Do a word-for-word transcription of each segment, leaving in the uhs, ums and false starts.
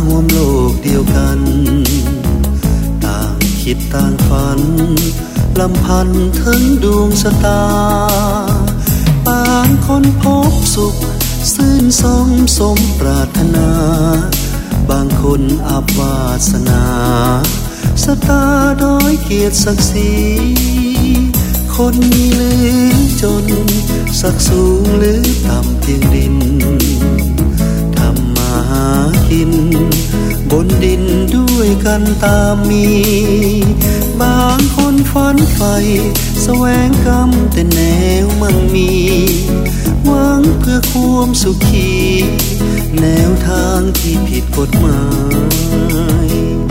ห่วมโลกเดียวกันต่างคิดต่างฝันลำพันถึงดวงชะตาบางคนพบสุขซื่นสมสมปรารถนาบางคนอับวาสนาสตาด้อยเกียรติศักดิ์ศรีคนมีหรือจนสักสูงหรือต่ำเพียงดินทำมาหากินบนดินด้วยกันตามมีบางคนฝันใฝ่แสวงกรรมแต่แนวมั่งมีหวังเพื่อความสุขีแนวทางที่ผิดกฎหมาย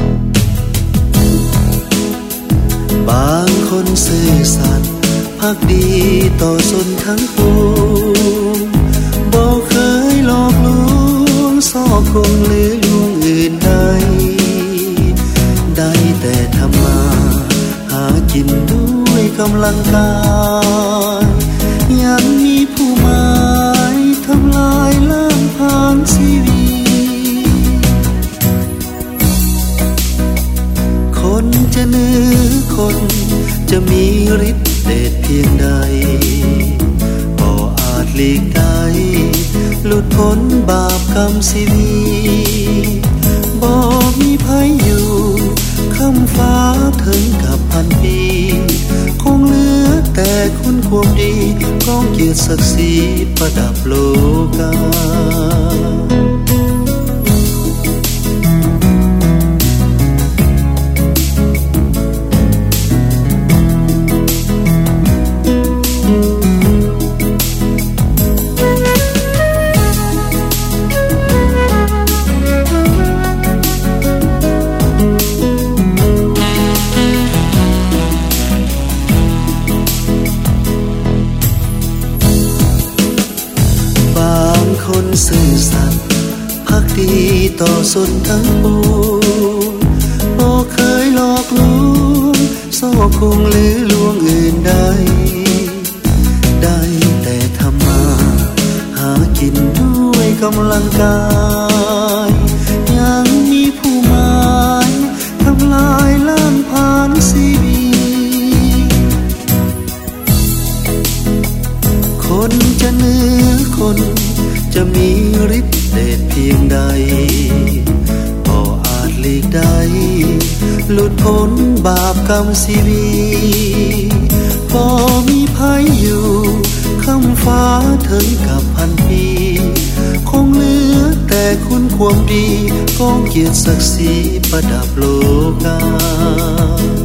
บางคนซื่อสัตย์ภักดีต่อชนทั้งปวงบ่เคยหลอกลวงซ่อคงหรือลวงอื่นใดได้แต่ทำมาหากินด้วยกำลังกายยังมีผู้หมายทำลายล้างผลาญชีวิตคนจะเหนือคนจะมีฤทธิ์เดชเพียงใดบ่อาจหลีกได้หลุดพ้นบาปกรรมชีวิตบ่มีภัยอยู่คำฟ้าถึงกับพันปีคงเหลือแต่คุณความดีก้องเกียรติศักดิ์ศรีประดับโลกาคนซื่อสัตย์ภักดีต่อชนทั้งปวงบ่เคยหลอกลวงซ่อคงหรือลวงอื่นใดได้แต่ทำมาหากินด้วยกำลังกายยังมีผู้หมายทำลายล้างผลาญชีวิตคนจะเหนือคนจะมีฤทธิ์เดชเพียงใดบ่อาจหลีกได้หลุดพ้นบาปกรรมชีวิตบ่มีภัยอยู่คำฟ้าถึงกับพันปีคงเหลือแต่คุณความดีก้องเกียรติศักดิ์ศรีประดับโลกา